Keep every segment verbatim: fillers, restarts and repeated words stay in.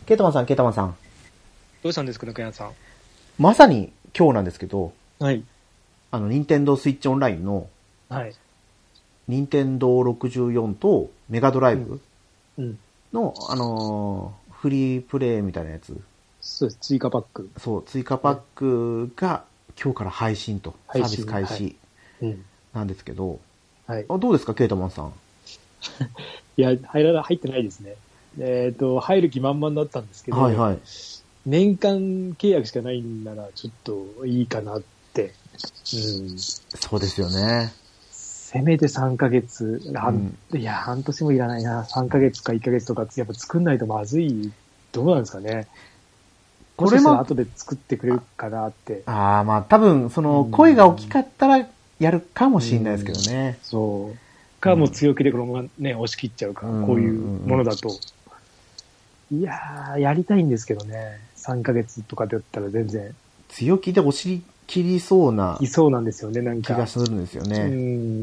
ケータマンさん、ケータマンさん。 どうしたんですか、中山さん。 まさに今日なんですけど、 はい。 あの、任天堂スイッチオンラインの、 はい。 任天堂ろくじゅうよんとメガドライブうん。 の、あのーフリープレイみたいなやつ。 そうです。追加パック。 そう、追加パックが今日から配信と、サービス開始うん。 なんですけど、 はい。 あどうですか、ケータマンさん。 いや、入らな、入ってないですね。えっと、入る気満々だったんですけど、 はいはい。 年間契約しかないんなら、ちょっといいかなって。うん。 そうですよね。 せめてさんかげつ、半うんいや、半年もいらないな。さんかげつかいっかげつとか、やっぱ作んないとまずい。どうなんですかね。もしかしたら後で作ってくれるかなって。 ああ、まあ多分、その、声が大きかったらやるかもしれないですけどね。 うそう。か、もう強気でこのままね、押し切っちゃうか、こういうものだと。いやー、やりたいんですけどね。さんかげつとかだったら全然。 強気で押し切りそうな。 いそうなんですよね、なんか。 気がするんですよね。 うん。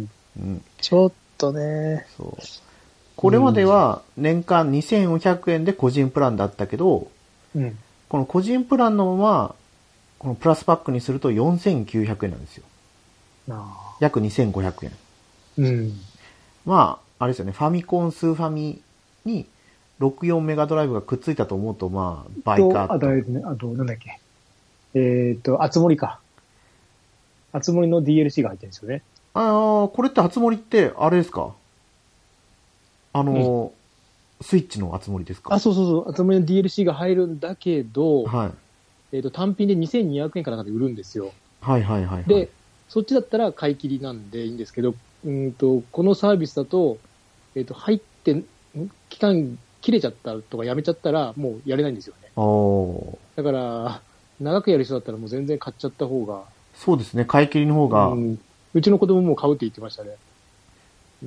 うん。ちょっとね。 そう。これまでは年間にせんよんひゃくえんで個人プランだったけど、 うん。 この個人プランのまま、このプラスパックにするとよんせんきゅうひゃくえんなんですよ。 あ約にせんごひゃくえん。 うん。 まあ、あれですよね、ファミコン、スーファミにろくじゅうよんメガドライブがくっついたと思うと、まあ、倍かと。 あと、あと、ね、あと、なんだっけ。えっ、ー、と、あつ森か。あつ森の ディーエルシー が入ってるんですよね。 ああ、これってあつ森って、あれですかあの、うん、スイッチのあつ森ですか？ あ、そうそうそう。あつ森の ディーエルシー が入るんだけど、 はい。 えっ、ー、と、単品でにせんにひゃくえんかなんかで売るんですよ。 はいはいはい、はい。 で、そっちだったら買い切りなんでいいんですけど、うんと、このサービスだと、えっ、ー、と、入って、期間切れちゃったとかやめちゃったら、もうやれないんですよね。 おだから、長くやる人だったらもう全然買っちゃった方が。 そうですね、買い切りの方が。 うん、うちの子供も買うって言ってましたね。うん。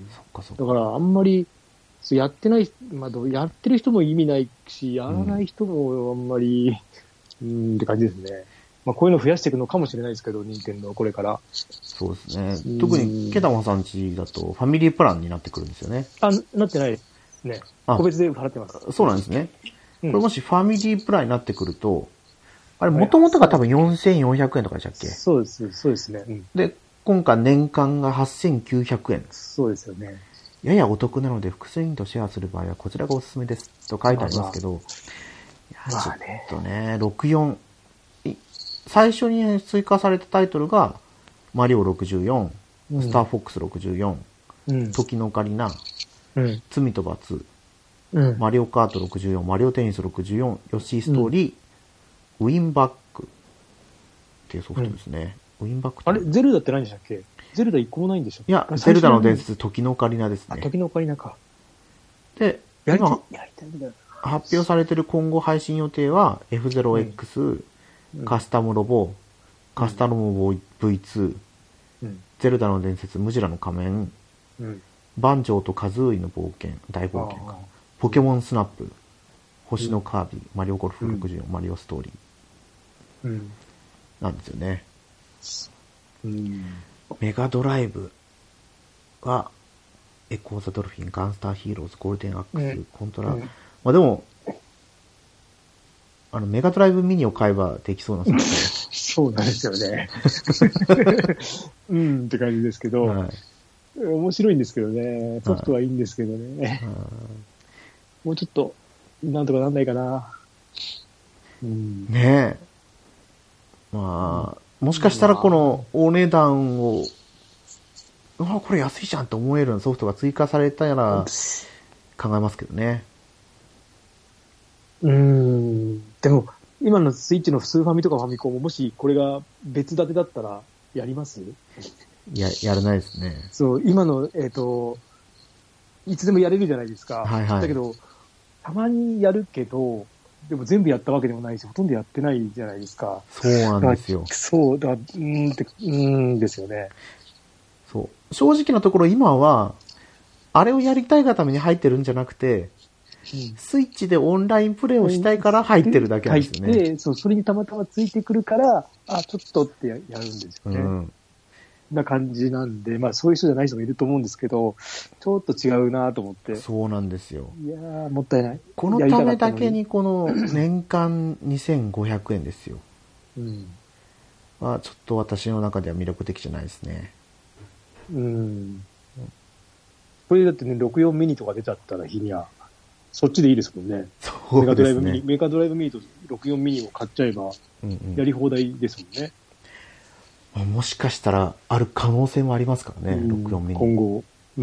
そっかそっか。 だからあんまり、やってない、まあ、やってる人も意味ないし、やらない人もあんまり、うん、うんって感じですね。まあ、こういうの増やしていくのかもしれないですけど、任天堂これから。 そうですね。特に、ケタマさんちだと、ファミリープランになってくるんですよね。 あ、なってないですね。個別で払ってます。 そうなんですね。 うん、 これもしファミリープランになってくると、あれ、もともとが多分よんせんよんひゃくえんとかでしたっけ？ そうです、そうですね。うん、 で、今回年間がはっせんきゅうひゃくえん。 そうですよね。 ややお得なので、複数人とシェアする場合は、こちらがおすすめです。と書いてありますけど、まあ、ちょっとね、ろくじゅうよん、最初に追加されたタイトルが、マリオろくじゅうよん、うん、スターフォックスろくじゅうよん、うん、時のオカリナ、うん、罪と罰、うん、マリオカートろくじゅうよん、マリオテニスろくじゅうよん、ヨッシーストーリー、うん、ウィンバックっていうソフトですね。うん、ウィンバックってあれゼルダって何でしたっけ？ゼルダ一個もないんでしょ？ いや、ゼルダの伝説、時のオカリナですね。 あ、時のオカリナか。 で、 やりたい、やりたいんだよ。 発表されている今後配信予定は エフゼロエックス、うん、カスタムロボ、カスタムロボ ブイツー、うん、ゼルダの伝説、ムジュラの仮面、うん、バンジョーとカズーイの冒険、大冒険か、ポケモンスナップ、星のカービィ、うん、マリオゴルフろくじゅうよん、うん、マリオストーリー、うん、なんですよね。うん、メガドライブは、エコーザドルフィン、ガンスターヒーローズ、ゴールデンアックス、うん、コントラ、うん、まあでも、あの、メガドライブミニを買えばできそうなんですけど、そうなんですよね。うんって感じですけど、はい、面白いんですけどね。ソフトはいいんですけどね。はい、もうちょっと、なんとかなんないかな。 うん、ねえ。まあ、もしかしたらこのお値段を、うわ、これ安いじゃんと思えるソフトが追加されたら考えますけどね。 うーん。でも、今のスイッチのスーファミとかファミコンももしこれが別立てだったらやります？ いや、やらないですね。 そう、今の、えっと、いつでもやれるじゃないですか。 はいはい。 だけど、たまにやるけど、でも全部やったわけでもないし、ほとんどやってないじゃないですか。 そうなんですよ。 そう、だから、うーんって、うーんですよね。 そう。正直なところ今は、あれをやりたいがために入ってるんじゃなくて、うん、スイッチでオンラインプレイをしたいから入ってるだけなんですよね。 入って、そう、それにたまたまついてくるから、あ、ちょっとってやるんですよね。うん。 な感じなんで、まあそういう人じゃない人もいると思うんですけど、ちょっと違うなと思って。 そうなんですよ。 いやー、もったいない。 このためだけにこの年間にせんごひゃくえんですよ。うん。はちょっと私の中では魅力的じゃないですね。 うん。これだってね、ろくじゅうよんミニとか出ちゃったら日には、そっちでいいですもんね。そうですね。メガドライブミニ、メガドライブミニとろくじゅうよんミニを買っちゃえば、やり放題ですもんね。 うんうん、もしかしたらある可能性もありますからね、うん、ろくじゅうよんミニ。 今後。うん。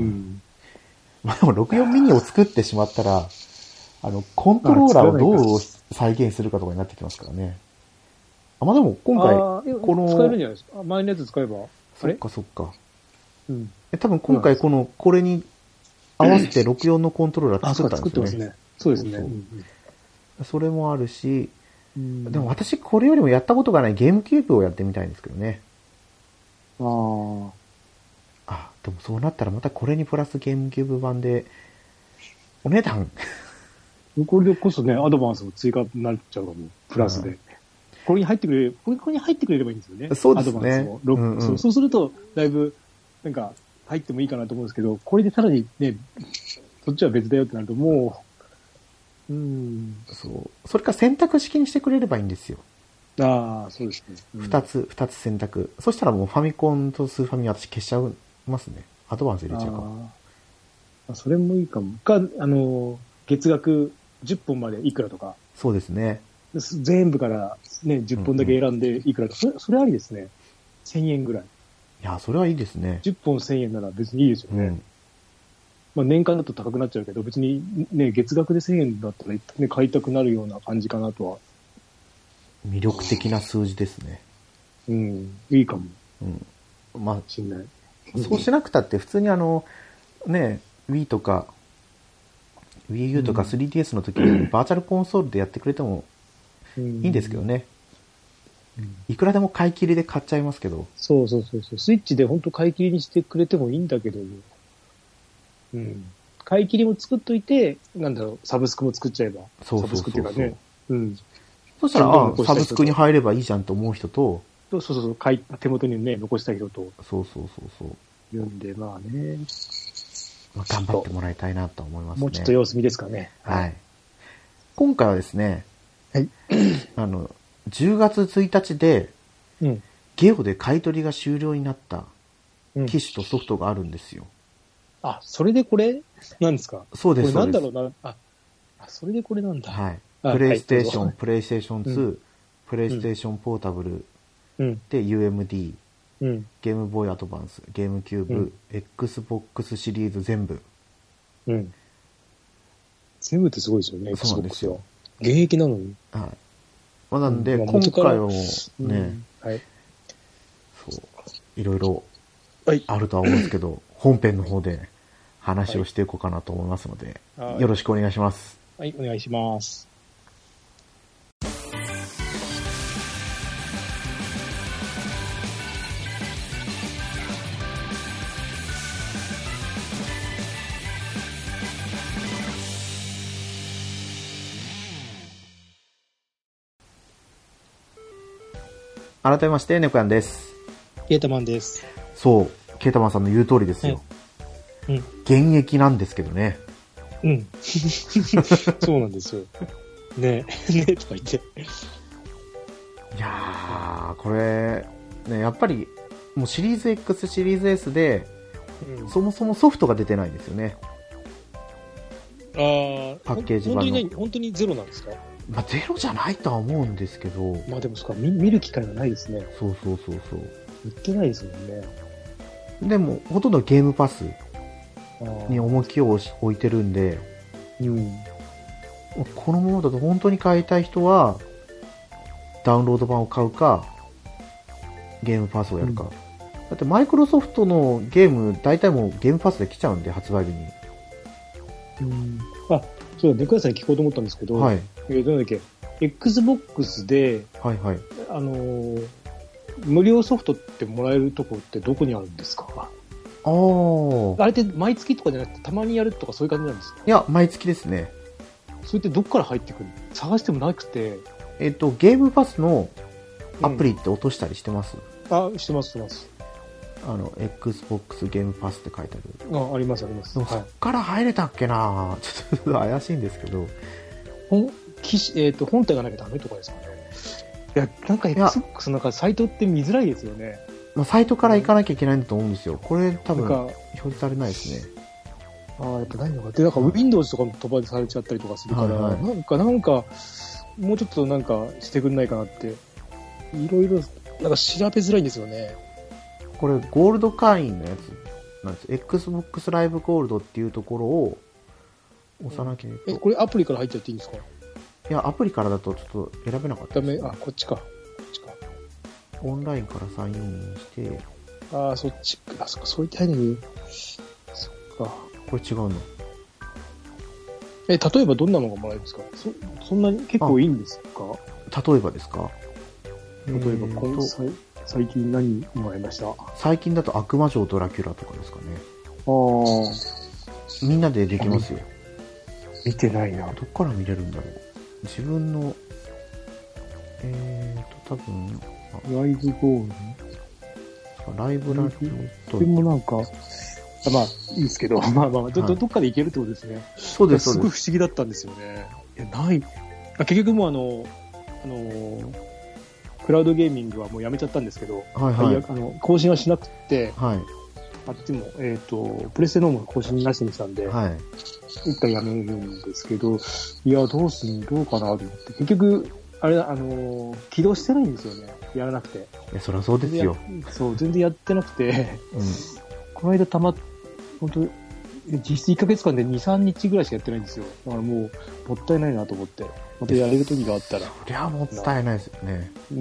まあでもろくじゅうよんミニを作ってしまったら、あの、コントローラーをどう再現するかとかになってきますからね。あ、まあでも今回、 この。使えるんじゃないですか。前のやつ使えば。 そっかそっか。 うん。 多分今回この、これに合わせてろくじゅうよんのコントローラー作ったんですよね。 作ってますね。そうですね。そうそう、 うんうん、それもあるし、うん、でも私これよりもやったことがないゲームキューブをやってみたいんですけどね。 ああ。 あ、でもそうなったらまたこれにプラスゲームキューブ版で、お値段これでこそね、アドバンスも追加になっちゃうかも、プラスで。うん、これに入ってくれ、これに入ってくれればいいんですよね。 そうですね。アドバンスも。うんうん、そう、そうすると、だいぶ、なんか、入ってもいいかなと思うんですけど、これでさらにね、そっちは別だよってなると、もう、うん。 そう。それか選択式にしてくれればいいんですよ。 ああ、そうですね。 二、うん、つ、二つ選択。そしたらもうファミコンとスーファミ私消しちゃいますね。アドバンス入れちゃうか。 あ、それもいいかも。か、あの、月額じゅっぽんまでいくらとか。 そうですね。 全部からね、じゅっぽんだけ選んでいくらとか。うんうん、それ、それありですね。せんえんぐらい。 いや、それはいいですね。 じゅっぽんせんえんなら別にいいですよね。うん、まあ年間だと高くなっちゃうけど、別にね、月額でせんえんだったら、ね、買いたくなるような感じかなとは。 魅力的な数字ですね。 うん、いいかも。 うん。まあ、 しんない。 そうしなくたって普通にあの、ね、Wii とか、Wii U とか スリーディーエス の時にバーチャルコンソールでやってくれてもいいんですけどね。うん、いくらでも買い切りで買っちゃいますけど。 そうそうそうそう。スイッチで本当買い切りにしてくれてもいいんだけど、うん。買い切りも作っといて、なんだろう、サブスクも作っちゃえば。 そうそうそうそう。 サブスクっていうかね。うん。 そしたら、ああ、サブスクに入ればいいじゃんと思う人と、 そうそうそう、買い手元にね、残した人と。 そうそうそうそう。 言うんで、まあね。 まあ、頑張ってもらいたいなと思いますね。 もうちょっと様子見ですかね。 はい。今回はですね、 はい。 あの、じゅうがつついたちで、 うん、 ゲオで買い取りが終了になった機種とソフトがあるんですよ。 うん、あ、それでこれなんですか？ そうです、 これなんだろうな。あ、それでこれなんだ。 はい。プレイステーション、はい、プレイステーションツー、うん、プレイステーションポータブル、 うん、 で ユーエムディー、 うん、 ゲームボーイアドバンス、ゲームキューブ、うん、Xbox シリーズ全部。 うん。全部ってすごいですよね、 そうなんですよ。 現役なのに。 はい。まあ、なんで、うん、今回はもうね、うん、 はい。 そう、いろいろあるとは思うんですけど、はい、本編の方で話をしていこうかなと思いますので、はい、よろしくお願いします。 はい、お願いします。 改めまして、ネコヤンです。 ケータマンです。 そう、ケータマンさんの言う通りですよ。 うん。 現役なんですけどね。 うん。そうなんですよ。ねえ、ねえとか言って。いやー、これ、ね、やっぱり、もうシリーズ X、シリーズ S で、うん、そもそもソフトが出てないんですよね。 あー、 パッケージ版の。 本当に、本当にゼロなんですか？ まあ、ゼロじゃないとは思うんですけど。 まあでもそっか、見、見る機会がないですね。 そうそうそうそう。 売ってないですもんね。 でも、ほとんどゲームパスに重きを置いてるんで、 うん、 このままだと本当に買いたい人は、ダウンロード版を買うか、ゲームパスをやるか。うん、だってマイクロソフトのゲーム、大体もうゲームパスで来ちゃうんで、発売日に。 うん、あ、そうだ、ネクヤさんに聞こうと思ったんですけど、 はい。 えー、どうだっけ、Xbox で、 はいはい。 あのー、無料ソフトってもらえるとこってどこにあるんですか？ああ。あれって毎月とかじゃなくてたまにやるとかそういう感じなんですか？ いや、毎月ですね。 それってどっから入ってくるの？探してもなくて。 えっと、ゲームパスのアプリって落としたりしてます？ うん、あ、してます、してます。 あの Xbox ゲームパスって書いてある。 あ、ありますあります。 でもそっから入れたっけな、ちょっと怪しいんですけど。 本機種、えっと本体がなきゃダメとかですかね。いや、なんか Xbox なんかサイトって見づらいですよね。 まあ、サイトから行かなきゃいけないんだと思うんですよ。これ多分表示されないですね。 ああ、やっぱないのか。で、なんか Windows とかも飛ばされちゃったりとかするから、はいはい、なんか、なんか、もうちょっとなんかしてくんないかなって、いろいろ、なんか調べづらいんですよね。 これ、ゴールド会員のやつなんです。Xbox Live Gold っていうところを押さなきゃいけない。 え、これアプリから入っちゃっていいんですか？ いや、アプリからだとちょっと選べなかったです、ね。ダメ、あ、こっちか。こっちか。 オンラインからサインインして。 ああ、そっちか。そっか、そういった意味に。そっか。 これ違うの？ え、例えばどんなのがもらえるんですか？そ、そんなに結構いいんですか？ 例えばですか？ 例えば、今最近何もらいました？ 最近だと悪魔城ドラキュラとかですかね。 ああ。 みんなでできますよ。 見てないな。 どっから見れるんだろう。自分の、えーと、多分、 ライブゴールライブラリーと。でもなんか、まあ、いいですけど、まあまあ、ど、はい、どっかで行けるってことですね。 そうです、そうです。 すごい不思議だったんですよね。いや、ない。あ、結局もうあの、あの、クラウドゲーミングはもうやめちゃったんですけど、 はいはい、 あの更新はしなくて、 はい、 あっちも、えっ、ー、と、プレステの方も更新なしにしたんで、 はい、 一回やめるんですけど、いや、どうすんのどうかなと思って、結局、あれ、あの、起動してないんですよね。やらなくて。 いや、そりゃそうですよ。 そう、全然やってなくて、うん、この間たま、本当実質いっかげつかんでに、さんにちぐらいしかやってないんですよ。だからもう、もったいないなと思って、またやれる時があったら。 そりゃもったいないですよね。 うん。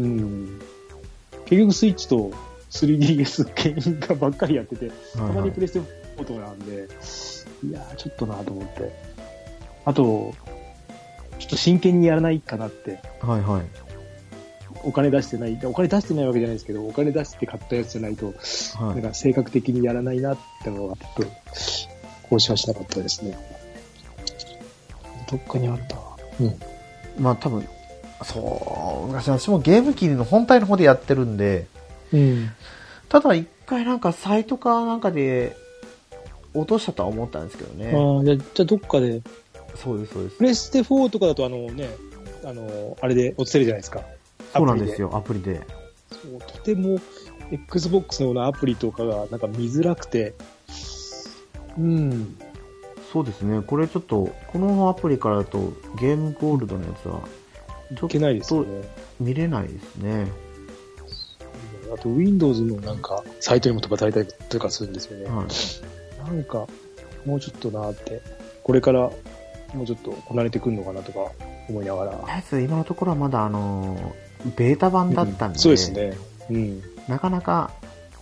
結局スイッチと スリーディーエス 系がばっかりやってて、たまにプレステフォーとかなんで、いやー、ちょっとなと思って。あと、ちょっと真剣にやらないかなって。 はいはい。 お金出してない、お金出してないわけじゃないですけど、お金出して買ったやつじゃないと、はい、なんか性格的にやらないなってのは、ちょっと、更新はしなかったですね。どっかにあった。うん。 まあ多分、そう、私もゲーム機の本体の方でやってるんで、 うん。 ただ一回なんかサイトかなんかで落としたとは思ったんですけどね。 ああ、じゃあ、じゃあどっかで。 そうです、そうです。 プレステフォーとかだとあのね、あの、あれで落ちてるじゃないですか。 そうなんですよ、アプリで。 そう、とても Xbox のようなアプリとかがなんか見づらくて、うん。 そうですね、これちょっと、このアプリからだとゲームゴールドのやつは、ちょっと見れないですね。 あと Windows のなんかサイトにも飛ばされたりとかするんですよね。はい、なんか、もうちょっとなって、これからもうちょっとこなれてくるのかなとか思いながら。 今のところはまだあのー、ベータ版だったんで、 うん、そうですね、うん、 なかなか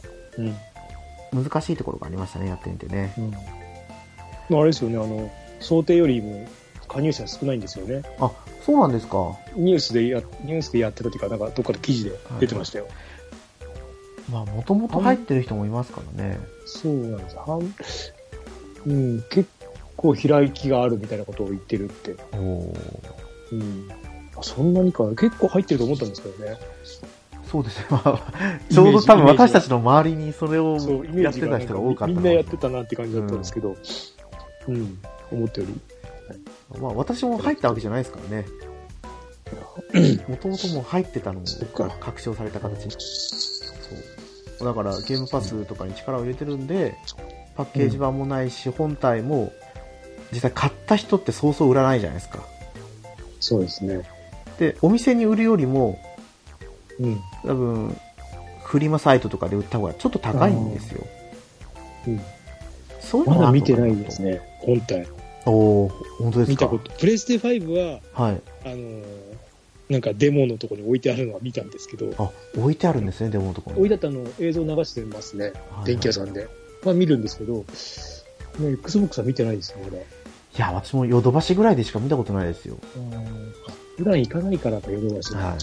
難しいところがありましたね、やってみてね。 うん、あれですよね、あの想定よりも加入者少ないんですよね。 あ、そうなんですか。 ニュースでやニュースでやってたというか、なんかどっかで記事で出てましたよ。はい、 まあもともと入ってる人もいますからね。 そうなんです。はん、うん、結構開きがあるみたいなことを言ってるって。おうん。そんなにか、結構入ってると思ったんですけどね。 そうですね。まあ、ちょうど多分私たちの周りにそれをやってた人が多かった。 みんなやってたなって感じだったんですけど、うん、うん、思ったより。 まあ私も入ったわけじゃないですからね。もともともう入ってたのも確証された形に。そうだからゲームパスとかに力を入れてるんで、パッケージ版もないし、うん、本体も実際買った人ってそうそう売らないじゃないですか。 そうですね。 で、お店に売るよりも、 うん、 多分フリマサイトとかで売った方がちょっと高いんですよ。 うん、 そういうのまだ見てないですね、本体。 おお、本当ですか。 見たこと。プレステファイブは、 はい、 あのー、なんかデモのところに置いてあるのは見たんですけど。 あ、置いてあるんですね、デモのところに。 置いてあったの映像流してますね、はいはい、電気屋さんで。まあ見るんですけど、ね、Xbox は見てないですね、まだ。 いや、私もヨドバシぐらいでしか見たことないですよ。 普段行かないからか、ヨドバシ。 はい。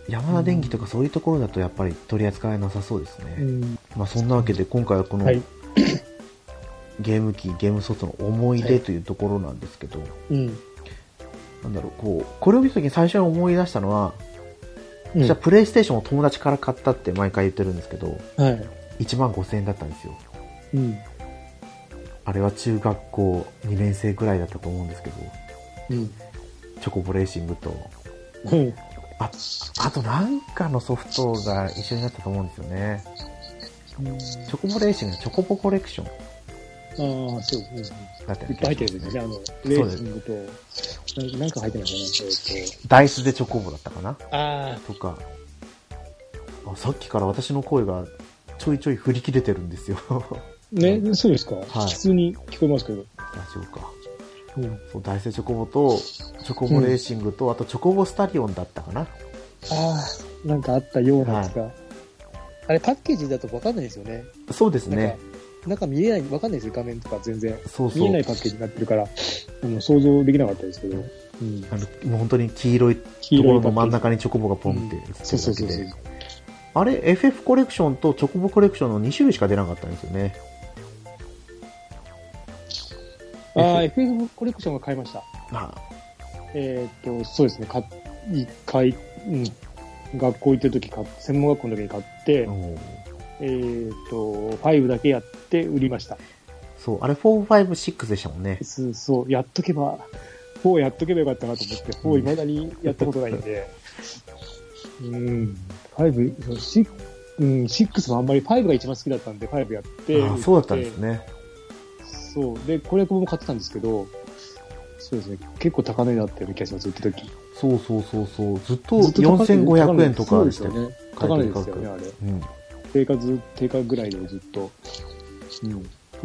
ヤマダ電機とかそういうところだとやっぱり取り扱いなさそうですね。うん、まあそんなわけで今回はこの、はい、ゲーム機、ゲームソフトの思い出というところなんですけど、はい、 うん、 なんだろう、こう、これを見たときに最初に思い出したのは、 うん、私はプレイステーションを友達から買ったって毎回言ってるんですけど、 はい、 いちまんごせんえんだったんですよ。 うん。 あれは中学校にねん生ぐらいだったと思うんですけど、 うん、 チョコボレーシングと、 うん、 あ, あとなんかのソフトが一緒になったと思うんですよね。うん、チョコボレーシングのチョコボコレクション。 ああ、そうですね。 だったっけ？ いっぱい入ってるんですよね。あの、レーシングと、なんか入ってましたね。えー、とダイスでチョコボだったかなあとかあ。さっきから私の声がちょいちょい振り切れてるんですよ。 ね、そうですか、はい、普通に聞こえますけど。 大丈夫か。 うん、 そう、ダイスでチョコボと、チョコボレーシングと、うん、あとチョコボスタリオンだったかな。 ああ、なんかあったようなやつが、はい。あれパッケージだと分かんないですよね。 そうですね。 なんか見えない、分かんないですよ、画面とか全然。 そうそう。 見えないパッケージになってるから、あの想像できなかったですけど。うん、 あのもう本当に黄色いところの真ん中にチョコボがポンって映ってるだけで。そうそうそうそう。あれ、エフエフ コレクションとチョコボコレクションのに種類しか出なかったんですよね。 ああ、エフエフ コレクションが買いました。ああえっ、ー、と、そうですね、買い、買い、うん。学校行ってる時買っ、専門学校の時に買って、えっ、ー、と、ごだけやって売りました。 そう、あれよん、ご、ろくでしたもんね。 そう、そう、やっとけば、よんやっとけばよかったなと思って、よん未だにやったことないんで、うん、ご、ろく、うん、ろくもあんまりごが一番好きだったんで、ごやって。 ああ、そうだったんですね。 そう。で、攻略本も買ってたんですけど、そうですね。結構高値だったような気がします、売った時。 そうそうそうそう。ずっとよんせんごひゃくえんとかでしたよね。高値ですよね、あれ。うん。定価ず、定価ぐらいでずっと。うん。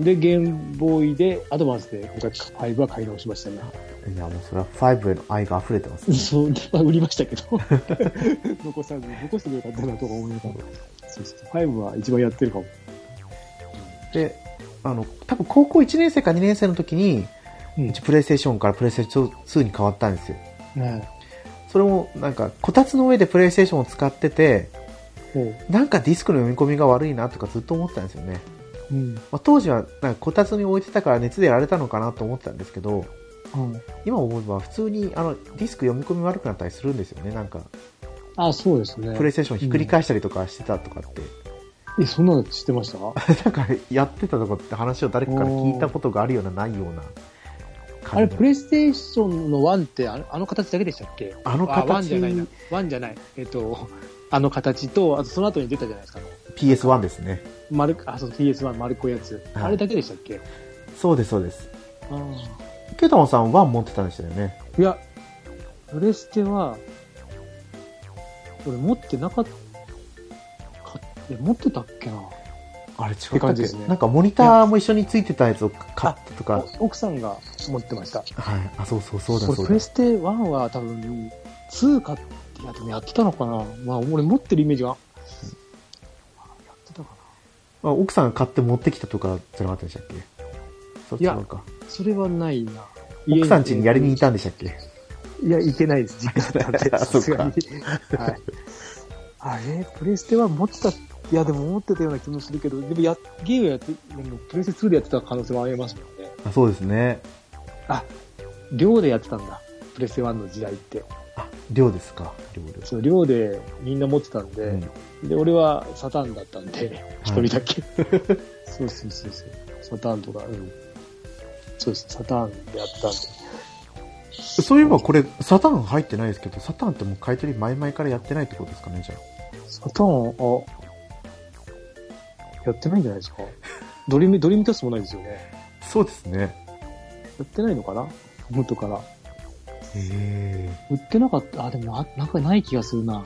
で、ゲームボーイで、アドバンスで、今回ごは買い直しましたね。 いや、もうそれはごへの愛が溢れてますね。 そう、まあ、売りましたけど。残さず、残してくれよかったなとか思いながら。そうそう。ごは一番やってるかも。 で、あの、多分高校いちねん生かにねん生の時に、うん、プレイステーションからプレイステーションツーに変わったんですよ。ね、それもなんかこたつの上でプレイステーションを使ってて、うん、なんかディスクの読み込みが悪いなとかずっと思ってたんですよね。うん、まあ、当時はなんかこたつに置いてたから熱でやられたのかなと思ってたんですけど、うん、今思えば普通にあのディスク読み込み悪くなったりするんですよね。なんかあ、そうですね。 プレイステーションひっくり返したりとかしてたとかって。 うん、え、そんなの知ってました？ なんかやってたとかって話を誰かから聞いたことがあるようなないような。 あれ、プレイステーションのワンってあの、あの形だけでしたっけ？ あの形。 ワンじゃないな。ワンじゃない。えっと、あの形と、あとその後に出たじゃないですか。 ピーエスワン ですね。 丸、あ、そう、ピーエスワン 丸っこいやつ、はい。あれだけでしたっけ？ そうです、そうです。ああ。ケイタマンさんワン持ってたんでしたよね。 いや、プレステは、俺持ってなかった、持ってたっけな。 あれ違ったっけ、ね、なんかモニターも一緒についてたやつを買ったとか。 奥さんが持ってました。 はい。あ、そうそうそうだそうだ。 プレステワンは多分ツー買ってやってやってたのかな。まあ俺持ってるイメージが。うん、やってたかな。あ、奥さんが買って持ってきたとかじゃなかったでしたっけ？そっちのか。 いや、それはないな。 奥さん家にやりにいたんでしたっけ？ いや、行けないです。実家だったんで。さすがに。はい。あれ、プレステワン持ってた。いや、でも思ってたような気もするけど、でもや、ゲームやって、でもプレイステツーでやってた可能性もありますもんね。 あ、そうですね。 あ、寮でやってたんだ。プレステワンの時代って。 あ、寮ですか。寮で。 そう、寮でみんな持ってたんで、うん、で、俺はサターンだったんで、一、はい、人だけ。そうそうそうそう。サターンとか、うん。そうです。サターンでやってたんで。 そういえばこれ、サターン入ってないですけど、サターンってもう買い取り前々からやってないってことですかね、じゃあ。 サターン、あ、やってないんじゃないですか。ドリーム、ドリームキャストもないですよね。 そうですね。 やってないのかな元から。 へー。売ってなかった。あ、でもな、なんかない気がするな。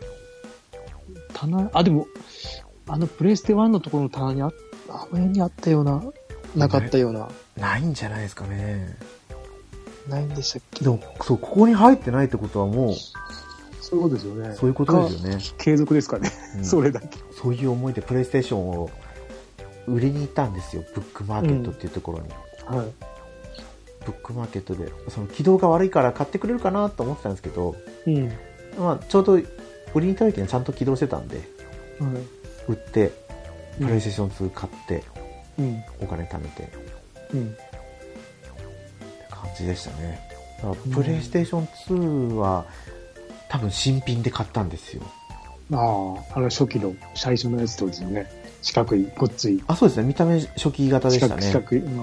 棚、あ、でも、あのプレステワンのところの棚にあ、あの辺にあったような、なかったような。 ないんじゃないですかね。 ないんでしたっけ。 でも、そう、ここに入ってないってことはもう、 そういうことですよね。 そういうことですよね。 継続ですかね。うん、それだけ。 そういう思いでプレイステーションを売りに行ったんですよ。ブックマーケットっていうところに。 うん、はい。 ブックマーケットで、その起動が悪いから買ってくれるかなと思ってたんですけど、うん。まあ、ちょうど売りに行った時にはちゃんと起動してたんで、うん、売って、プレイステーションツー買って、うん、お金貯めて、うん。って感じでしたね。だからプレイステーションツーは、 多分新品で買ったんですよ。 ああ、あの初期の最初のやつとですよね。四角い、ごっつい。 あ、そうですね。見た目初期型でしたね。 四角い。あ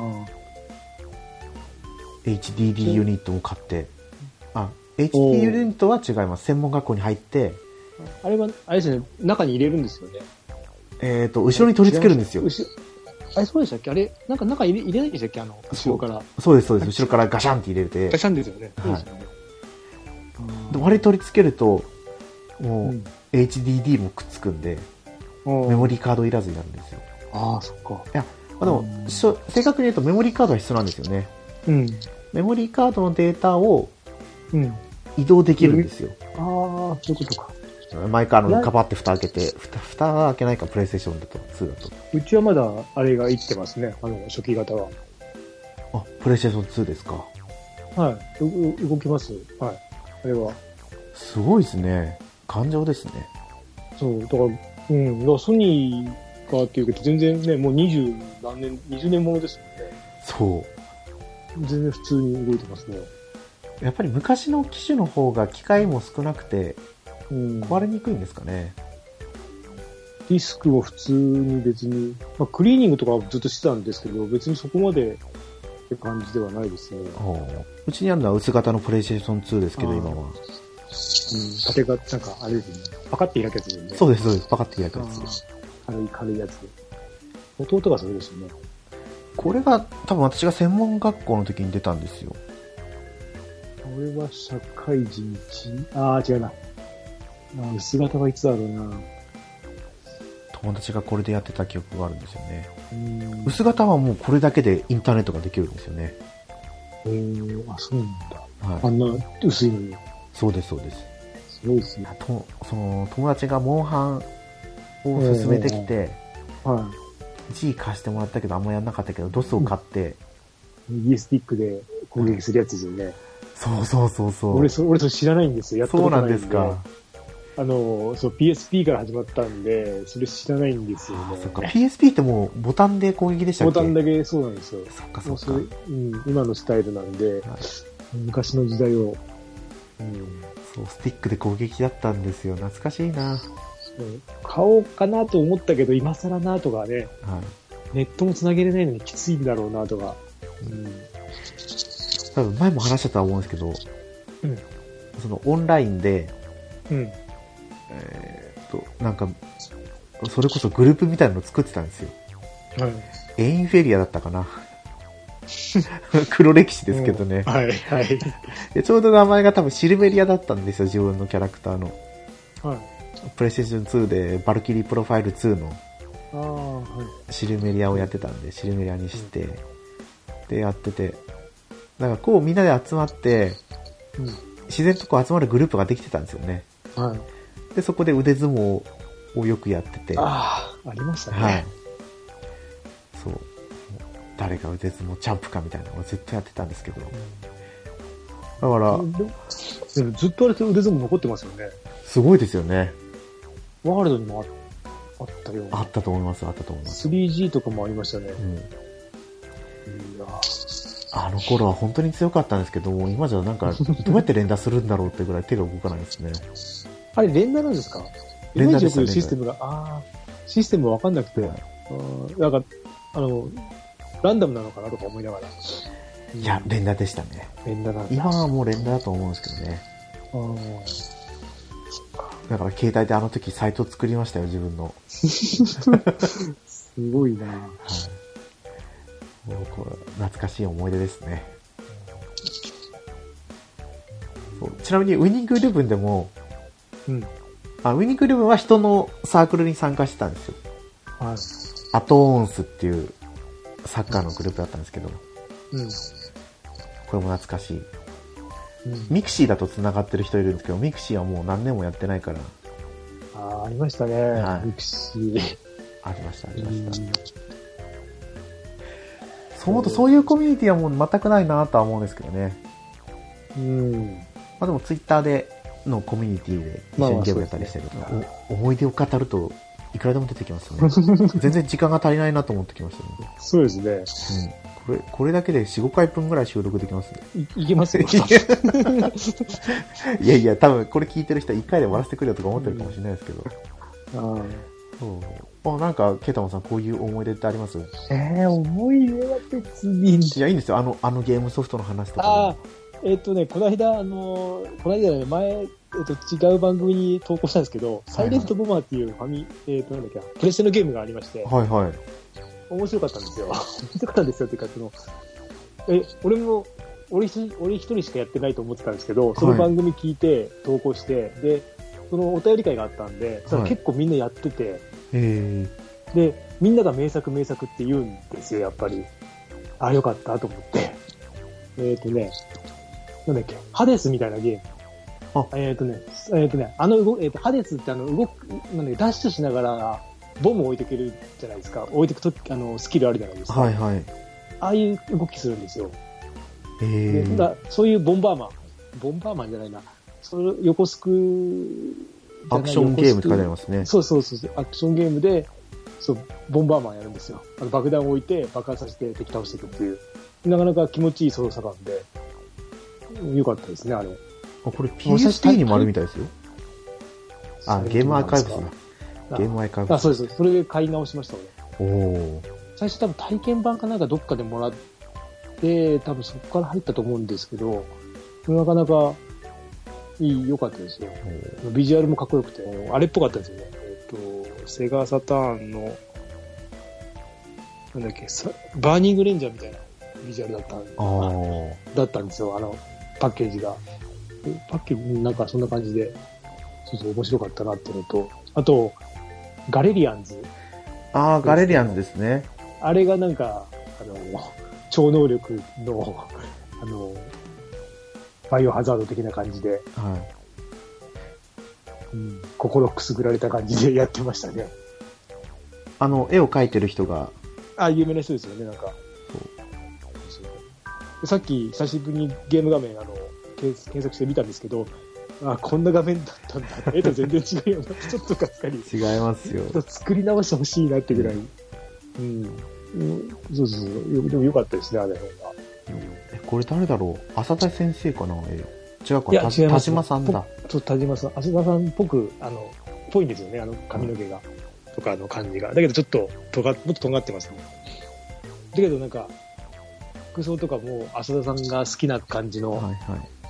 エイチディーディー ユニットも買って。あ、エイチディー ユニットは違います。専門学校に入って。 あれは、あれですね、中に入れるんですよね。 えっと、後ろに取り付けるんですよ。 あれ、そうでしたっけあれ、なんか中入れ入れないんでしたっけあの、後ろから。 そうです、そうです。後ろからガシャンって入れて。 ガシャンですよね。はい。そうですよね。 で、あれ取り付けると、もう、うん、エイチディーディー もくっつくんで、メモリーカードいらずになるんですよ。 ああ、そっか。 いや、まあ、でも、正確に言うとメモリーカードは必要なんですよね。うん。メモリーカードのデータを、移動できるんですよ。 うん、ああ、そういうことか。 前からのカバって蓋開けて、蓋、蓋開けないか、プレイステーションだと、ツーだと。 うちはまだ、あれが生きてますね、あの、初期型は。 あ、プレイステーションツーですか。 はい。う、動きます。はい。あれは。 すごいですね。頑丈ですね。 そう、だから、うん、だからソニーかっていうけど、全然ね、もう二十何年、二十年ものですもんね。そう。全然普通に動いてますね。 やっぱり昔の機種の方が機械も少なくて、うん、壊れにくいんですかね。 ディスクを普通に別に、まあ、クリーニングとかはずっとしてたんですけど、別にそこまでって感じではないですね。 うちにあるのは薄型のプレイステーションツーですけど、今は。うん、 縦が、なんかあれですね。パカって開くやつですね。 そうです、そうです。パカって開くやつ。 軽い、軽いやつ。弟がそれですよね。 これが多分私が専門学校の時に出たんですよ。 これは社会人いち、ああ、違うな。あ、薄型はいつだろうな。 友達がこれでやってた記憶があるんですよね。薄型はもうこれだけでインターネットができるんですよね。 へー、あ、そうなんだ。はい、あんな薄いのに。 そうです、そうです。 すごいですね。 とその友達がモンハンを勧めてきて、はい、G 貸してもらったけどあんまやんなかったけど ドス を買って、 右スティックで攻撃するやつですよね。 そうそうそうそう。 俺そ、俺それ知らないんですよ。やったことないんで。そうなんですか。あの、そう、ピーエスピー から始まったんで、それ知らないんですよね。 そっか、ピーエスピー ってもうボタンで攻撃でしたっけ？ ボタンだけ、そうなんですよ。 そっかそっか。 ううん、今のスタイルなんで、はい、昔の時代を、 うん。そう、スティックで攻撃だったんですよ。懐かしいな。 そう買おうかなと思ったけど、今更なとかね、はい、ネットも繋げれないのにきついんだろうなとか。うん、 多分前も話したとは思うんですけど、うん、そのオンラインで、うん、えー、っと、なんか、それこそグループみたいなの作ってたんですよ。はい、エインフェリアだったかな。黒歴史ですけどね。 うん、はい、はいで。ちょうど名前が多分シルベリアだったんですよ、自分のキャラクターの。はい。プレイステーションツーでバルキリープロファイルツーのあ、はい、シルメリアをやってたんで、シルメリアにして、うん、で、やってて、なんかこうみんなで集まって、うん、自然とこう集まるグループができてたんですよね。はい。で、そこで腕相撲をよくやってて。 ああ、ありましたね。 はい。そう。誰が腕相撲チャンプかみたいなのをずっとやってたんですけど。うん、だから、 でもずっとあれ腕相撲残ってますよね。 すごいですよね。 ワールドにも あ, あったような。 あったと思います、あったと思います。 スリージー とかもありましたね。うん。いやあの頃は本当に強かったんですけども、今じゃなんか、どうやって連打するんだろうってぐらい手が動かないですね。 あれ連打なんですか？連打ですよね。システムが、ああ、システムわかんなくて、はい、あなんか、あの、ランダムなのかなとか思いながら。 いや、連打でしたね。 連打なんだ。 今はもう連打だと思うんですけどね。あだから携帯であの時サイト作りましたよ、自分の。 すごいなぁ。はい。 もうこれ懐かしい思い出ですね。そうちなみにウイニングイレブンでも、うん、あウイニングイレブンは人のサークルに参加してたんですよ。はい。アトーンスっていうサッカーのグループだったんですけど、うん、これも懐かしい。うん、ミクシーだと繋がってる人いるんですけど、ミクシーはもう何年もやってないから。 ああ、ありましたね。はい、ミクシー。 ありました、ありました。そう思うとそういうコミュニティはもう全くないなとは思うんですけどね。うん。まあでもツイッターでのコミュニティで一緒にゲームやったりしてると、まあまあね、思い出を語るといくらでも出てきますよね。全然時間が足りないなと思ってきましたね。 そうですね。 うん。 これ、これだけでよん、ごかいぶんぐらい収録できますね。 い、いけますよ。 いやいや、多分これ聞いてる人はいっかいで終わらせてくれよとか思ってるかもしれないですけど。 うん、あそう。あ、なんか、ケイタモンさん、こういう思い出ってあります？ えー、思い出は別に。 いや、いいんですよ。あの、あのゲームソフトの話とか。 ああ、えっ、ー、とね、この間、あの、この間ね、前、えっ、ー、と、違う番組に投稿したんですけど、はいはい、サイレントボマーっていうファミ、えっ、ー、と、なんだっけ、プレステのゲームがありまして、 はいはい。 面白かったんですよ。面白かったんですよっていうか、その、え、俺も、俺一俺一人しかやってないと思ってたんですけど、その番組聞いて、投稿して、はい、で、そのお便り会があったんで、それ結構みんなやってて、はい、で、みんなが名作名作って言うんですよ、やっぱり。ああ、よかったと思って。えっ、ー、とね、なんだっけ、ハデスみたいなゲーム。あえっ、ー、とね、えっ、ー、とね、あの動、えっ、ー、と、ハデスってあの、動く、なんだっけ、ダッシュしながら、ボムを置いていけるじゃないですか。置いていくとき、あの、スキルあるじゃないですか。 はいはい。 ああいう動きするんですよ。 へー。 だそういうボンバーマン。ボンバーマンじゃないな。それ横スクアクションゲームって書いてありますね。 そうそうそう。アクションゲームで、そう、ボンバーマンやるんですよ。あの爆弾を置いて爆発させて敵倒していくっていう。なかなか気持ちいい操作感で、よかったですね、あれ。 あ、これ ピーエスティー にもあるみたいですよ。あ、ゲームアーカイブスだ。ゲームアーカイブス。 あ、そうです。それで買い直しました、 俺。おー。 最初多分体験版かなんかどっかでもらって、多分そこから入ったと思うんですけど、なかなかいい、良かったですよ。ビジュアルもかっこよくて、あれっぽかったですよね。えっと、セガサターンの、なんだっけ、バーニングレンジャーみたいなビジュアルだったあだったんですよ、あの、パッケージが。パッケージ、なんかそんな感じで、そうそう面白かったなっていうのと、あと、ガレリアンズ。 ああ、ガレリアンズですね。 あれがなんか、あの、超能力の、あの、バイオハザード的な感じで、 はいうん、心くすぐられた感じでやってましたね。 あの、絵を描いてる人が。 あ、有名な人ですよね、なんか。そうさっき久しぶりにゲーム画面、あの、検索してみたんですけど、あ、こんな画面だったんだ。絵と全然違うよな。ちょっとがっかり。 違いますよ。 作り直してほしいなってぐらい。うん。うん、そうそうそう。でもよかったですね、あれの方が。 うん、え、これ誰だろう？浅田先生かな？え違うか、 いや、違います。 田島さんだ。 そう、田島さん。浅田さんっぽく、あの、ぽいんですよね、あの髪の毛が。うん、とか、あの感じが。だけどちょっと、とが、もっと尖ってますね。だけどなんか、服装とかも浅田さんが好きな感じの、 はいはい。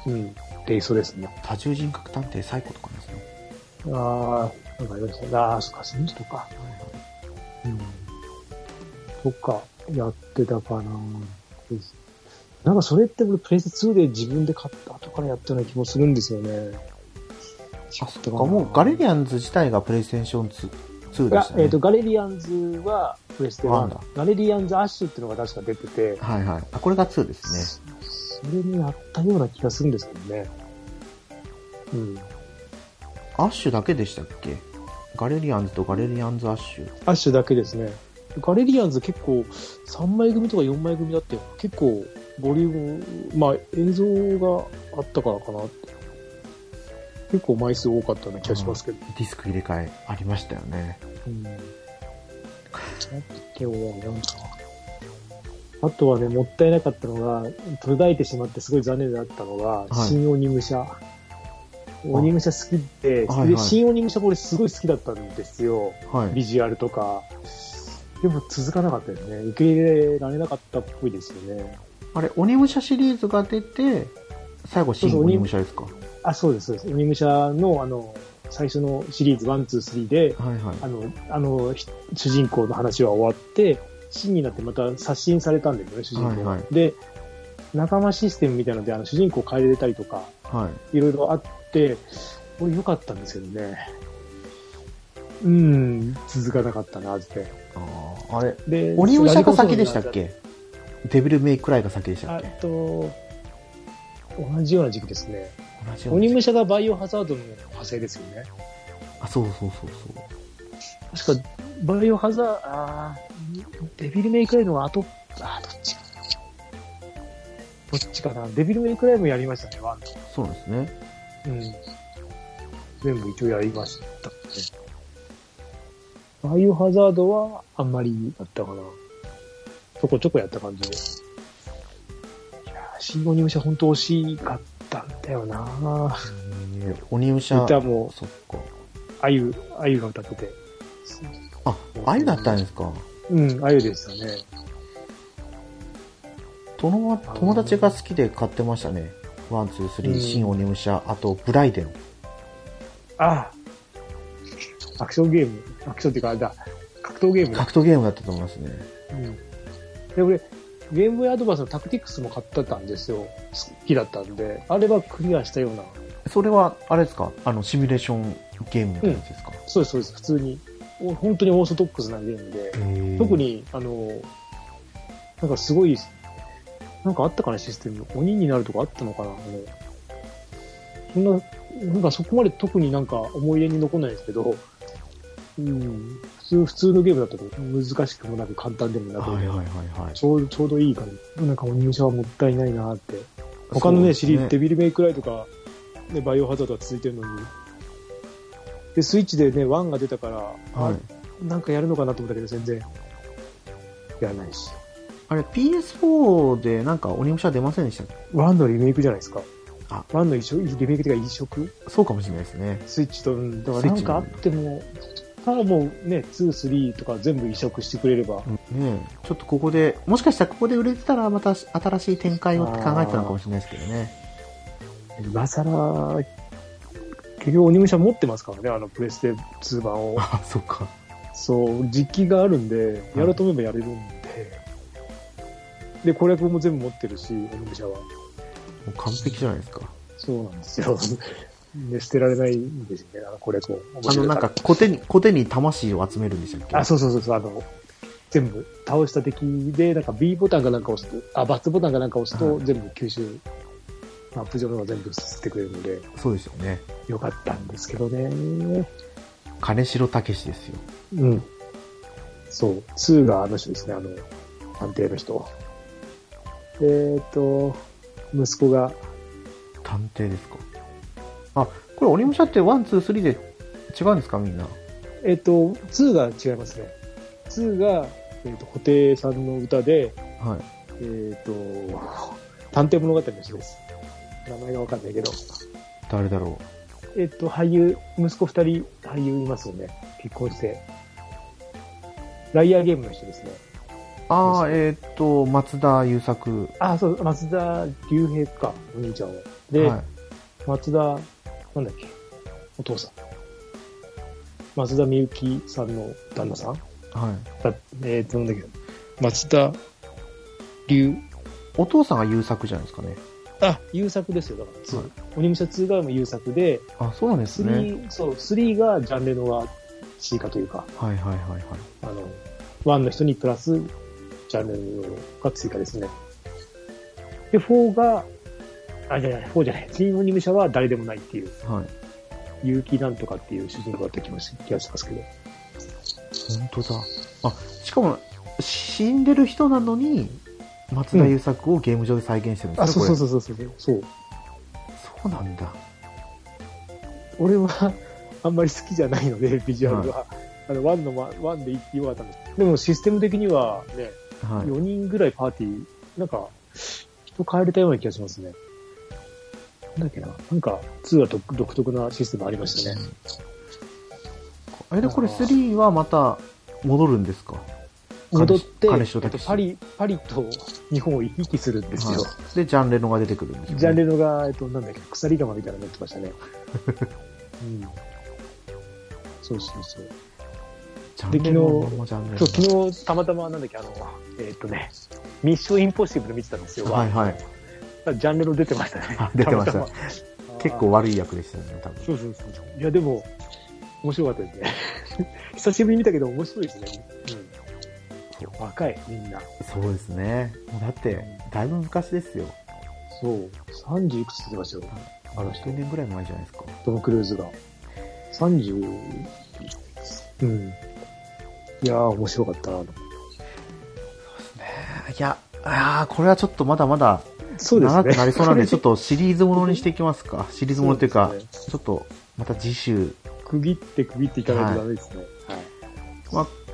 うん、テイストですね。 多重人格探偵サイコとかですね。 ああ、なんかありましたね。ああ、そっか、その人か。はいはい。うん。とか、やってたかな。なんかそれって俺プレイステツーで自分で買った後からやったような気もするんですよね。 あ、そっか、もうガレリアンズ自体がプレイステーションツーでしたね。 えっ、ー、と、ガレリアンズはプレステワン。ガレリアンズアッシュっていうのが確か出てて。 はいはい。あ、これがツーですね。それにやったような気がするんですけどね。うん。 アッシュだけでしたっけ？ガレリアンズとガレリアンズアッシュ。 アッシュだけですね。ガレリアンズ結構さんまい組とかよんまい組だって結構ボリューム、まあ映像があったからかなって。結構枚数多かったような気がしますけど。 ディスク入れ替えありましたよね。 うん。あとはなんか、あとはね、もったいなかったのが、途絶えてしまってすごい残念だったのが、はい、新鬼武者。鬼武者好きで、はいはい、で新鬼武者これすごい好きだったんですよ。はい、ビジュアルとか。でも続かなかったですね。受け入れられなかったっぽいですよね。 あれ、鬼武者シリーズが出て、最後新鬼武者ですか？ あ、そうです、そうです。鬼武者の、あの、最初のシリーズいち、に、さんで、はいはい、あの、あの、主人公の話は終わって、新になってまた刷新されたんですよね、主人公、はいはい。で、仲間システムみたいなので、あの、主人公変えれたりとか、はい、いろいろあって、これ良かったんですけどね。うん、続かなかったな、って。 ああれ、で、鬼武者が先でしたっけ？デビルメイクライが先でしたっけ？ あと、同じような時期ですね。同じような鬼武者がバイオハザードの派生ですよね。 あ、そうそうそうそう。確か、バイオハザード、あデビルメイクライの後、あどっちかな。どっちかな。デビルメイクライもやりましたね、ワン。 そうですね。 うん。全部一応やりましたね。バイオハザードはあんまりだったかな。 ちょこちょこやった感じで。いやー、新鬼武者本当惜しかったんだよなぁ。 鬼武者。 歌も、 そっか。 あゆ、あゆが歌ってて。 あ、あゆだったんですか。 うん、あゆでしたね。 友達が好きで買ってましたね。ワン、ツー、スリー、新鬼武者、あと、ブライデン。 ああ、アクションゲーム。アクションっていうか、あれだ、格闘ゲームだ。 格闘ゲームだったと思いますね。 うん。で、俺、ゲームボーイアドバンスのタクティクスも買ってたんですよ。好きだったんで、あれはクリアしたような。 それは、あれですか、あの、シミュレーションゲームみたいなやつですか、うん、 そうです、そうです。普通に。本当にオーソドックスなゲームで。特に、あの、なんかすごい、なんかあったかな、システム。鬼になるとかあったのかな。そんな、なんかそこまで特になんか思い出に残らないですけど、うん、普通、普通のゲームだったと難しくもなく簡単でもなく、はいはいはいはい、ちょうど、ちょうどいい感じ。なんか鬼武者はもったいないなって。他のね、シリーズ、デビルメイクライとか、ね、バイオハザードは続いてるのに。で、スイッチでね、ワンが出たから、はい、なんかやるのかなと思ったけど、全然、やらないし。 あれ、ピーエスフォー でなんか鬼武者出ませんでしたっけ？ ワンのリメイクじゃないですか。 あ、 ワンのリメイクっていうか移植？ そうかもしれないですね。 スイッチと、だからなんかあっても、ただもうね、ツー、スリーとか全部移植してくれれば。 ね、ちょっとここで、もしかしたらここで売れてたらまた新しい展開をって考えてたのかもしれないですけどね。 今更、結局鬼武者持ってますからね、あのプレステツー版を。 あ、そっか。 そう、実機があるんで、やろうと思えばやれるんで。はい、で、攻略も全部持ってるし、鬼武者は。もう完璧じゃないですか。 そうなんですよ。ね、捨てられないんですよね、あの攻略を。 あの、なんか、コテに、コテに魂を集めるんでしたっけ？ あ、そうそうそうそう、あの、全部倒した敵で、なんか B ボタンかなんか押すと、あ、バツボタンかなんか押すと、全部吸収、マップ上のが全部吸ってくれるので。 そうですよね。 よかったんですけどね。 金城武史ですよ。 うん。そう。ツーがあの人ですね、あの、探偵の人。えーと、息子が。 探偵ですか。あ、これ鬼武者ってワン、ツー、スリーで違うんですかみんな。 えっ、ー、と、ツーが違いますね。ツーが、えっ、ー、と、布袋さんの歌で、 はい。 えっ、ー、と、探偵物語の人です。名前がわかんないけど。 誰だろう。えっ、と、俳優、息子二人俳優いますよね。結婚して。ライアーゲームの人ですね。 ああ、えっ、と、松田優作。 ああ、そう、松田龍平か、お兄ちゃんは。で、はい、松田、なんだっけ、お父さん。松田美幸さんの旦那さん。 はい。 だえっ、と、なんだっけ、松田龍。 お父さんが優作じゃないですかね。 あ、優作ですよ、だからツー。はい、鬼武者ツーが優作で、 あ、そうなんですね。 スリー、そう、スリーがジャンレノがシーカというか。 はいはいはいはい。 あの、ワンの人にプラス、ジャンレノが追加ですね。で、フォーが、あ、じゃない、フォーじゃない、新鬼武者は誰でもないっていう。 はい。 結城なんとかっていう主人公だった気がしますけど。 本当だ。あ、しかも、死んでる人なのに、松田優作をゲーム上で再現してるんですか、 うん、あ、そうそうそうそうそう。そう。 そうなんだ。 俺は、あんまり好きじゃないので、ビジュアルは。はい、あの、ワンの、ワンで言ってよかったんですけど。でもシステム的にはね、はい、よにんぐらいパーティー、なんか、人変えれたような気がしますね。なんだっけな。なんか、ツーは独特なシステムありましたね。 あれでこれスリーはまた戻るんですか？ 戻って、 金城武史パリ、パリと日本を行き来するんですよ。 はい、で、ジャンレノが出てくるんですよ、ね。 ジャンレノが、えっと、なんだっけ、鎖釜みたいなの乗ってましたね。うん。そうそうそう。で、昨日、そう、昨日、たまたま、なんだっけ、あの、えー、っとね、ミッションインポッシブル見てたんですよ。 はいはい。 ジャンレノ出てましたね。 出てました。結構悪い役でしたよね、多分。 そうそうそう。いや、でも、面白かったですね。久しぶりに見たけど面白いですね。うん。若い、みんな。 そうですね。もうだって、だいぶ昔ですよ。 そう。さんじゅういくつって言ってましたよ。 あの、いちねんぐらい前じゃないですか。 トム・クルーズが。さんじゅう、うん。いやー、面白かったな。そうですね。いや、あー、これはちょっとまだまだ、 そうですね。 長くなりそうなんで、ちょっとシリーズものにしていきますか。シリーズものというか、う、ね、ちょっと、また次週。 区切って区切っていかないとダメですね。はい。 まあ、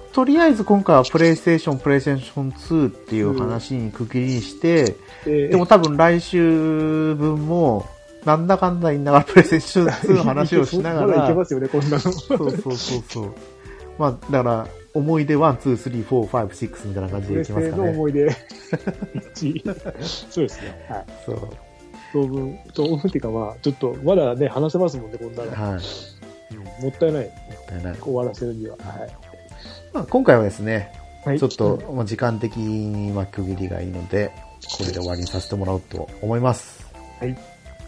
とりあえず今回はプレイステーション、プレイステーションツーっていう話に区切りにして、うんえー、でも多分来週分も、なんだかんだ言いながらプレイステーションツーの話をしながら。 まだいけますよね、こんなの。そうそうそうそう。まあ、だから、思い出ワン、ツー、スリー、フォー、ファイブ、シックスみたいな感じでいきますかね。 プレステの思い出いち。そうですね。はい。そう。当分、当分っていうかまあ、ちょっと、まだね、話せますもんね、こんなの。はい。うん、もったいない。もったいない。終わらせるには。はい。 まあ、今回はですね、はい、ちょっと、まあ、時間的にまあ区切りがいいので、これで終わりにさせてもらおうと思います。はい。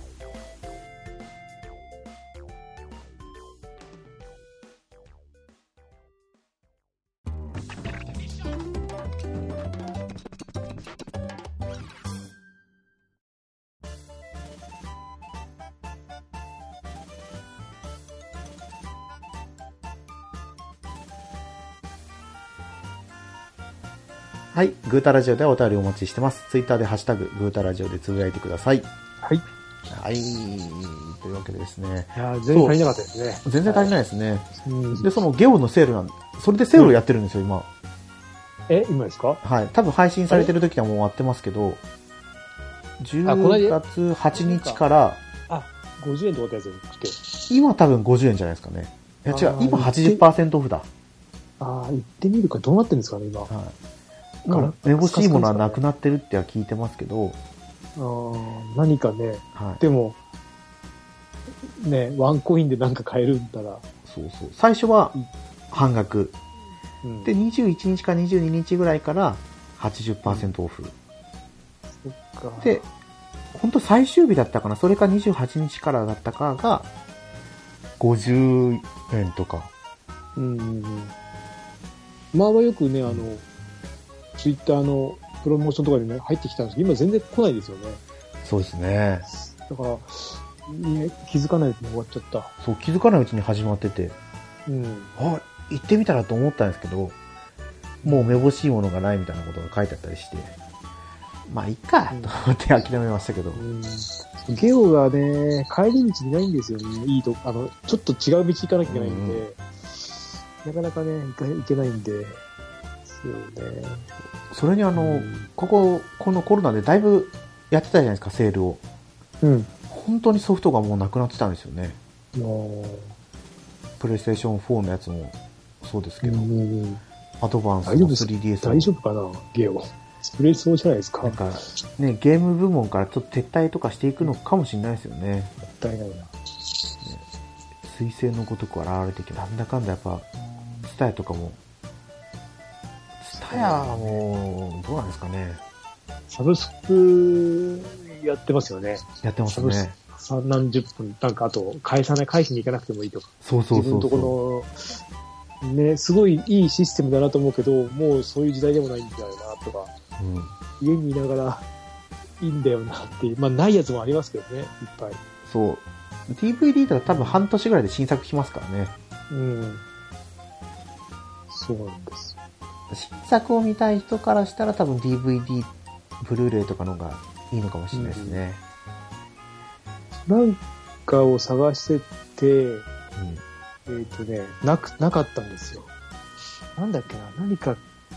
はい。グータラジオではお便りお待ちしてます。ツイッターでハッシュタグ、グータラジオでつぶやいてください。はい。はい。というわけでですね。 いや全然足りなかったですね。 全然足りないですね。はい、で、そのゲオのセールなんで、それでセールをやってるんですよ、今。 え、今ですか？ はい。多分配信されてる時はもう終わってますけど、じゅうがつはちにちから、 あ、ごじゅうえんとかってやつ来て。 今多分ごじゅうえんじゃないですかね。いや違う、今 はちじゅっパーセント オフだ。 ああ、行ってみるか、どうなってるんですかね、今。はい。 もうめぼしいものはなくなってるっては聞いてますけど、 あ何かね、はい、でもねワンコインでなんか買えるんだら、 そうそう、最初は半額、うん、でにじゅういちにちかにじゅうににちぐらいから はちじゅっパーセント オフ、うん、そっか。で本当最終日だったかな、それかにじゅうはちにちからだったかがごじゅうえんとか。うんうんうん。 まあよくね、あのツイッターのプロモーションとかでね、入ってきたんですけど、今全然来ないですよね。 そうですね。 だから、ね、気づかないうちに終わっちゃった。 そう、気づかないうちに始まってて。うん。あ、行ってみたらと思ったんですけど、もうめぼしいものがないみたいなことが書いてあったりして、まあ、いっか、と思って諦めましたけど。うん。 ゲオがね、帰り道にないんですよね。いいと、あの、ちょっと違う道行かなきゃいけないんで、うん、なかなかね、行けないんで、そうね。 それにあの、うん、ここ、このコロナでだいぶやってたじゃないですか、セールを。うん。本当にソフトがもうなくなってたんですよね。プレイステーションフォーのやつもそうですけど、うんうん、アドバンスの スリーディーエス大丈夫かな、ゲオ。プレイそうじゃないですか。 なんか、ね、ゲーム部門からちょっと撤退とかしていくのかもしれないですよね。 もったいないな。ね、 彗星のごとく現れてきて、なんだかんだやっぱ、ツタヤとかも、ツタヤはもう、どうなんですかね。 サブスクやってますよね。 やってますね。 三何十分、なんかあと、返さない、返しに行かなくてもいいとか。 そうそうそうそう。 自分のとこの、ね、すごいいいシステムだなと思うけど、もうそういう時代でもないんだよな、とか。うん、家にいながら、いいんだよなっていう。まあ、ないやつもありますけどね、いっぱい。 そう。ディーブイディー とか多分半年ぐらいで新作来ますからね。うん。 そうなんです。 新作を見たい人からしたら多分 ディーブイディー、ブルーレイとかの方がいいのかもしれないですね。 うん、なんかを探してて、うん、えっ、ー、とね、なく、なかったんですよ。なんだっけな、何か、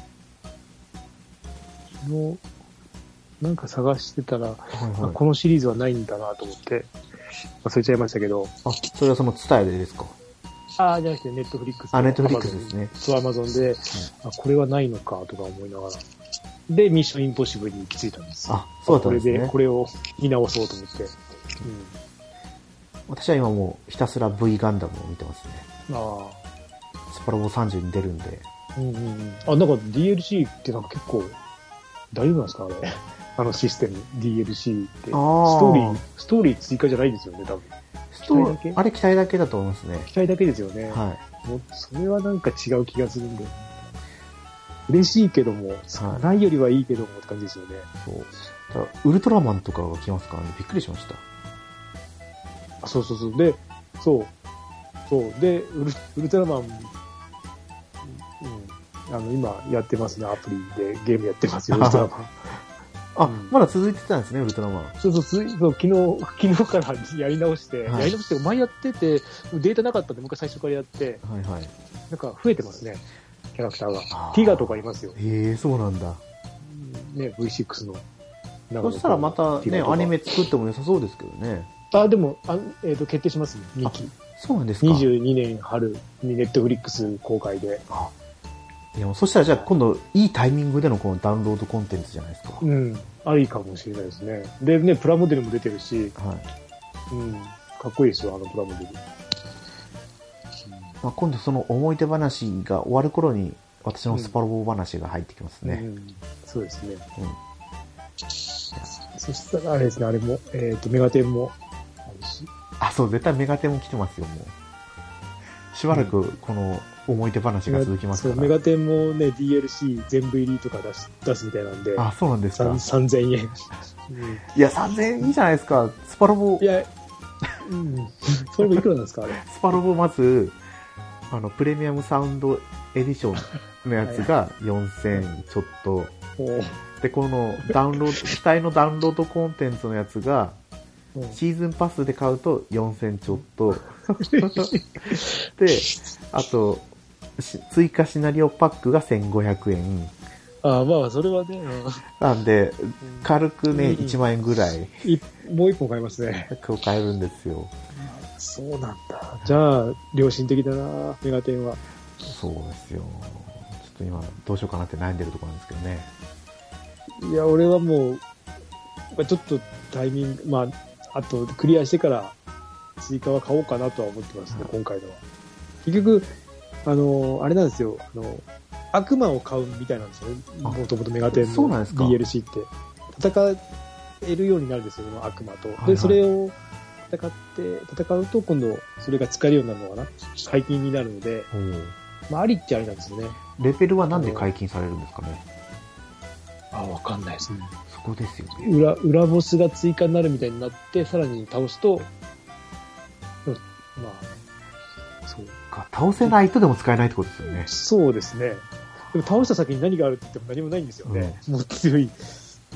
昨日、なんか探してたら、はいはい、このシリーズはないんだなと思って、忘れちゃいましたけど。 あ、それはそのツタヤでですか？ ああ、じゃなくてネットフリックス。 あ、ネットフリックスですね。 そう、アマゾンで、うん、あ、これはないのかとか思いながら。で、ミッションインポッシブルに行き着いたんです。 あ、そうだったんですね。 これで、これを見直そうと思って。うん、 私は今もうひたすら V ガンダムを見てますね。ああ。スパロボさんじゅうに出るんで。 うんうんうん。あ、なんか ディーエルシー ってなんか結構、大丈夫なんですかあれ。あのシステム、ディーエルシー って。ストーリー、ストーリー追加じゃないですよね、多分。 ストーリー、あれ期待だけだと思いますね。 期待だけですよね。はい。もうそれはなんか違う気がするんで。嬉しいけども、はい、ないよりはいいけどもって感じですよね。そう。 ただウルトラマンとかが来ますからね、びっくりしました。 あ、そうそうそう。で、そう。そう。で、ウル、ウルトラマン、うん。あの、今やってますね、アプリでゲームやってますよ、ウルトラマン。 あ、うん、まだ続いてたんですね、ウルトラマン。 そうそう、そう昨日、昨日からやり直して、はい、やり直して、前やってて、データなかったんで、もう一回最初からやって、はいはい。なんか増えてますね。 キャラクターが。ティガとかいますよ。 へえ、そうなんだ。 ね、ブイシックスの。 そしたらまたね、アニメ作っても良さそうですけどね。 あ、でも、あえっ、ー、と、決定しますね、にき。 そうなんですか。 にじゅうにねん春にネットフリックス公開で。 あ、いや、そしたらじゃあ今度、いいタイミングでのこのダウンロードコンテンツじゃないですか。 うん。ありかもしれないですね。でね、プラモデルも出てるし、 はい。 うん。かっこいいですよ、あのプラモデル。うん、 まあ、今度その思い出話が終わる頃に、私のスパロボ話が入ってきますね。うんうん、そうですね。うん。そしたらあれですね、あれも、えっ、ー、と、メガテンもあるし。 あ、そう、絶対メガテンも来てますよ、もう。しばらくこの思い出話が続きますから。 そう、メガテンもね、ディーエルシー 全部入りとか出す、出すみたいなんで。 あ、そうなんですか。 さんぜんえん。うん、いや、さんぜんえんいいじゃないですか。スパロボ。 いや、うん。スパロボいくらなんですか、あれ。 スパロボまず、あの、プレミアムサウンドエディションのやつがよんせんちょっと。で、このダウンロード、機体のダウンロードコンテンツのやつが、シーズンパスで買うとよんせんちょっと。で、あと、追加シナリオパックがせんごひゃくえん。 ああ、まあ、それはね。 なんで、軽くね、いちまんえんぐらい。 もう一本買いますね。 今日買えるんですよ。 そうなんだ。じゃあ、良心的だな、メガテンは。 そうですよ。ちょっと今、どうしようかなって悩んでるところなんですけどね。 いや、俺はもう、ちょっとタイミング、まあ、あと、クリアしてから追加は買おうかなとは思ってますね、うん、今回のは。結局、あの、あれなんですよ、あの、悪魔を買うみたいなんですよね。もともとメガテンの ディーエルシー って。戦えるようになるんですよ、悪魔と。で、はいはい、それを戦って、戦うと今度、それが使えるようになるのかな、解禁になるので、まあ、ありっちゃありなんですよね。 レベルはなんで解禁されるんですかね。 あ、わかんないですね。 そこですよね。 裏、裏ボスが追加になるみたいになって、さらに倒すと、うん、まあ、そうか。倒せないとでも使えないってことですよね。 そうですね。でも倒した先に何があるって言っても何もないんですよね。うん、もう強い。うん、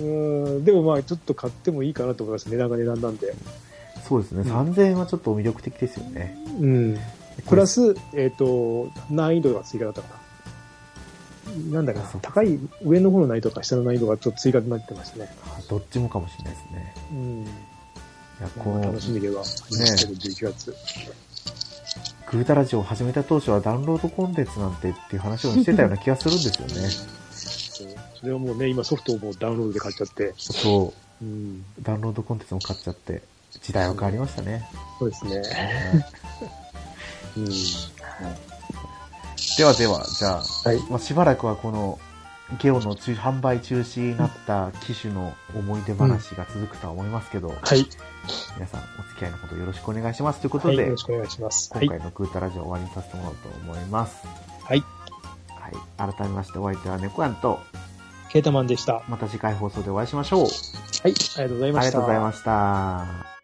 でもまあ、ちょっと買ってもいいかなと思います。値段が値段なんで。 そうですね。うん、さんぜんえんはちょっと魅力的ですよね。 うん。プラス、えっと、難易度が追加だったかな。なんだか高い上の方の難易度とか下の難易度がちょっと追加になってましたね。 どっちもかもしれないですね。 うん。いや、この楽しみではありますけど、ね、じゅういちがつ。 グータラジオを始めた当初はダウンロードコンテンツなんてっていう話をしてたような気がするんですよね。 そう。それはもうね、今ソフトをもうダウンロードで買っちゃって。 そう。うん、ダウンロードコンテンツも買っちゃって、時代は変わりましたね。 そうですね。うん。はい。 ではでは、じゃあ、 はい、 まあ、しばらくはこのゲオの中販売中止になった機種の思い出話が続くとは思いますけど、うん、 はい、 皆さんお付き合いのほどよろしくお願いしますということで、 はい、よろしくお願いします。 今回のグータラジオを終わりにさせてもらおうと思います。 はい。 はい。改めましてお相手は猫やんと、 ケータマンでした。 また次回放送でお会いしましょう。はい、 ありがとうございました。 ありがとうございました。